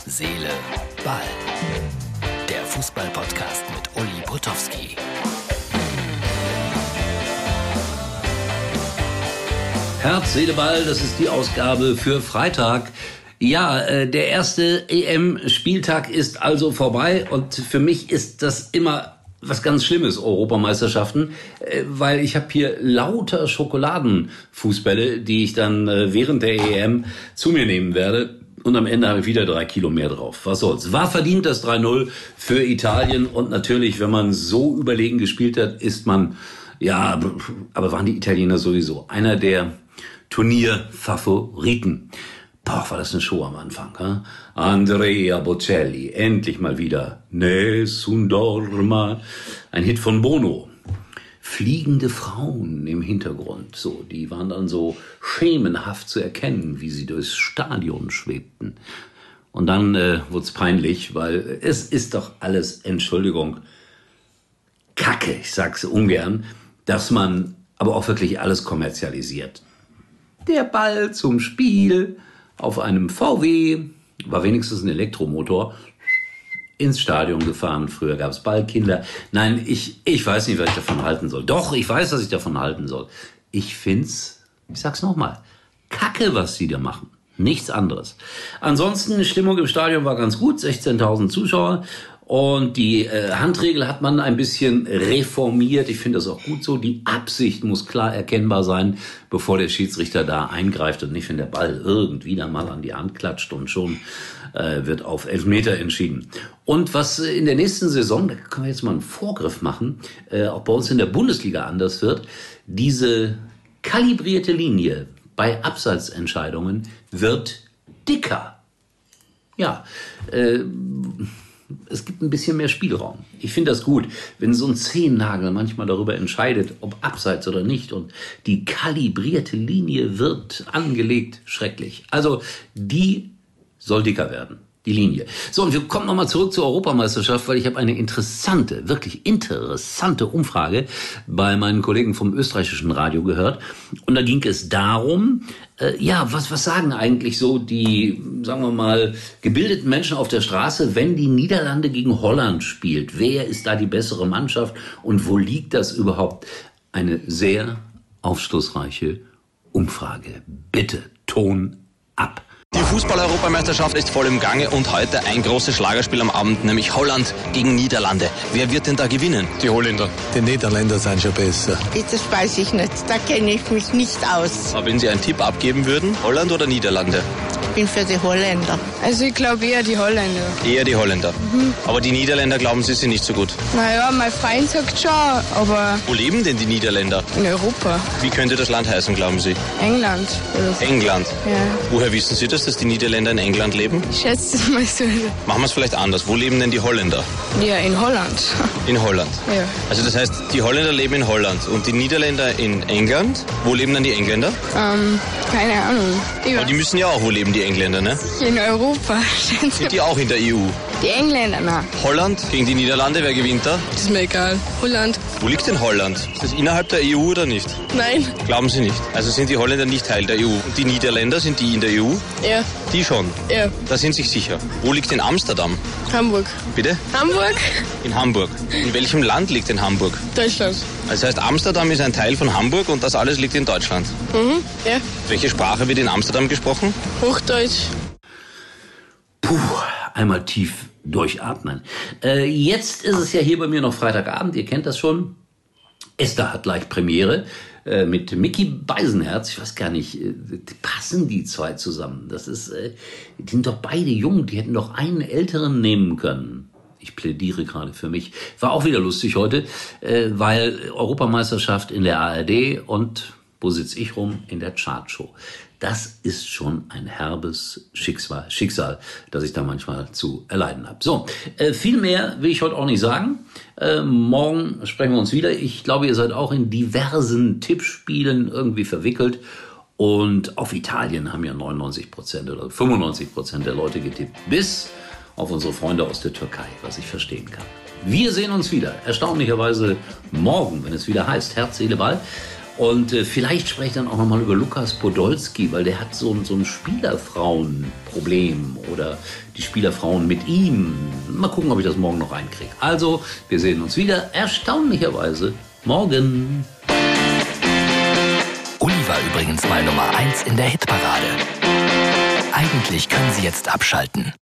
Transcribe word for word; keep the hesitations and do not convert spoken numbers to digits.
Seele, Ball. Der Fußball-Podcast mit Uli Potowski. Herz, Seele, Ball, das ist die Ausgabe für Freitag. Ja, äh, der erste E M-Spieltag ist also vorbei und für mich ist das immer was ganz Schlimmes, Europameisterschaften, äh, weil ich habe hier lauter Schokoladenfußbälle, die ich dann äh, während der E M zu mir nehmen werde. Und am Ende habe ich wieder drei Kilo mehr drauf. Was soll's? War verdient das drei null für Italien. Und natürlich, wenn man so überlegen gespielt hat, ist man, ja, aber waren die Italiener sowieso einer der Turnierfavoriten. Boah, war das eine Show am Anfang. He? Andrea Bocelli, endlich mal wieder. Nessun dorma. Ein Hit von Bono. Fliegende Frauen im Hintergrund, so, die waren dann so schemenhaft zu erkennen, wie sie durchs Stadion schwebten. Und dann äh, wurde es peinlich, weil es ist doch alles, Entschuldigung, Kacke, ich sag's ungern, dass man aber auch wirklich alles kommerzialisiert. Der Ball zum Spiel auf einem V W, war wenigstens ein Elektromotor, ins Stadion gefahren. Früher gab es Ballkinder. Nein, ich, ich weiß nicht, was ich davon halten soll. Doch, ich weiß, was ich davon halten soll. Ich find's, ich sag's nochmal, Kacke, was sie da machen. Nichts anderes. Ansonsten, die Stimmung im Stadion war ganz gut, sechzehntausend Zuschauer. Und die äh, Handregel hat man ein bisschen reformiert. Ich finde das auch gut so. Die Absicht muss klar erkennbar sein, bevor der Schiedsrichter da eingreift und nicht, wenn der Ball irgendwie dann mal an die Hand klatscht und schon äh, wird auf Elfmeter entschieden. Und was äh, in der nächsten Saison, da können wir jetzt mal einen Vorgriff machen, äh, auch bei uns in der Bundesliga anders wird, diese kalibrierte Linie bei Abseitsentscheidungen wird dicker. Ja, äh, es gibt ein bisschen mehr Spielraum. Ich finde das gut, wenn so ein Zehennagel manchmal darüber entscheidet, ob abseits oder nicht. Und die kalibrierte Linie wird angelegt. Schrecklich. Also die soll dicker werden, die Linie. So, und wir kommen nochmal zurück zur Europameisterschaft, weil ich habe eine interessante, wirklich interessante Umfrage bei meinen Kollegen vom österreichischen Radio gehört. Und da ging es darum, äh, ja, was, was sagen eigentlich so die, sagen wir mal, gebildeten Menschen auf der Straße, wenn die Niederlande gegen Holland spielt? Wer ist da die bessere Mannschaft und wo liegt das überhaupt? Eine sehr aufschlussreiche Umfrage. Bitte, Ton ab. Die Fußball-Europameisterschaft ist voll im Gange und heute ein großes Schlagerspiel am Abend, nämlich Holland gegen Niederlande. Wer wird denn da gewinnen? Die Holländer. Die Niederländer sind schon besser. Das weiß ich nicht, da kenne ich mich nicht aus. Aber wenn Sie einen Tipp abgeben würden, Holland oder Niederlande? Ich bin für die Holländer. Also ich glaube eher die Holländer. Eher die Holländer. Mhm. Aber die Niederländer, glauben Sie, sind nicht so gut? Naja, mein Freund sagt schon, aber... Wo leben denn die Niederländer? In Europa. Wie könnte das Land heißen, glauben Sie? England. Oder so. England? Ja. Woher wissen Sie das, dass die Niederländer in England leben? Ich schätze es mal so. Machen wir es vielleicht anders. Wo leben denn die Holländer? Ja, in Holland. In Holland? Ja. Also das heißt, die Holländer leben in Holland und die Niederländer in England. Wo leben dann die Engländer? Ähm, keine Ahnung. Ja. Aber die müssen ja auch, wo leben die Engländer, ne? In Europa. Sind die auch in der E U? Die Engländer, na. Holland gegen die Niederlande, wer gewinnt da? Das ist mir egal. Holland. Wo liegt denn Holland? Ist das innerhalb der E U oder nicht? Nein. Glauben Sie nicht. Also sind die Holländer nicht Teil der E U. Und die Niederländer, sind die in der E U? Ja. Die schon? Ja. Da sind Sie sich sicher. Wo liegt denn Amsterdam? Hamburg. Bitte? Hamburg? In Hamburg. In welchem Land liegt denn Hamburg? Deutschland. Das heißt, Amsterdam ist ein Teil von Hamburg und das alles liegt in Deutschland. Mhm, ja. Welche Sprache wird in Amsterdam gesprochen? Hochdeutsch. Puh, einmal tief durchatmen. Äh, jetzt ist es ja hier bei mir noch Freitagabend, ihr kennt das schon. Esther hat gleich Premiere äh, mit Micky Beisenherz. Ich weiß gar nicht, äh, passen die zwei zusammen? Das ist, äh, die sind doch beide jung, die hätten doch einen älteren nehmen können. Ich plädiere gerade für mich. War auch wieder lustig heute, äh, weil Europameisterschaft in der A R D und wo sitze ich rum? In der Chartshow. Das ist schon ein herbes Schicksal, Schicksal, das ich da manchmal zu erleiden habe. So, äh, viel mehr will ich heute auch nicht sagen. Äh, morgen sprechen wir uns wieder. Ich glaube, ihr seid auch in diversen Tippspielen irgendwie verwickelt. Und auf Italien haben ja neunundneunzig Prozent oder fünfundneunzig Prozent der Leute getippt. Bis auf unsere Freunde aus der Türkei, was ich verstehen kann. Wir sehen uns wieder, erstaunlicherweise morgen, wenn es wieder heißt Herz, Seele, Ball. Und äh, vielleicht spreche ich dann auch nochmal über Lukas Podolski, weil der hat so, so ein Spielerfrauenproblem oder die Spielerfrauen mit ihm. Mal gucken, ob ich das morgen noch reinkriege. Also, wir sehen uns wieder, erstaunlicherweise, morgen. Uli war übrigens mal Nummer eins in der Hitparade. Eigentlich können Sie jetzt abschalten.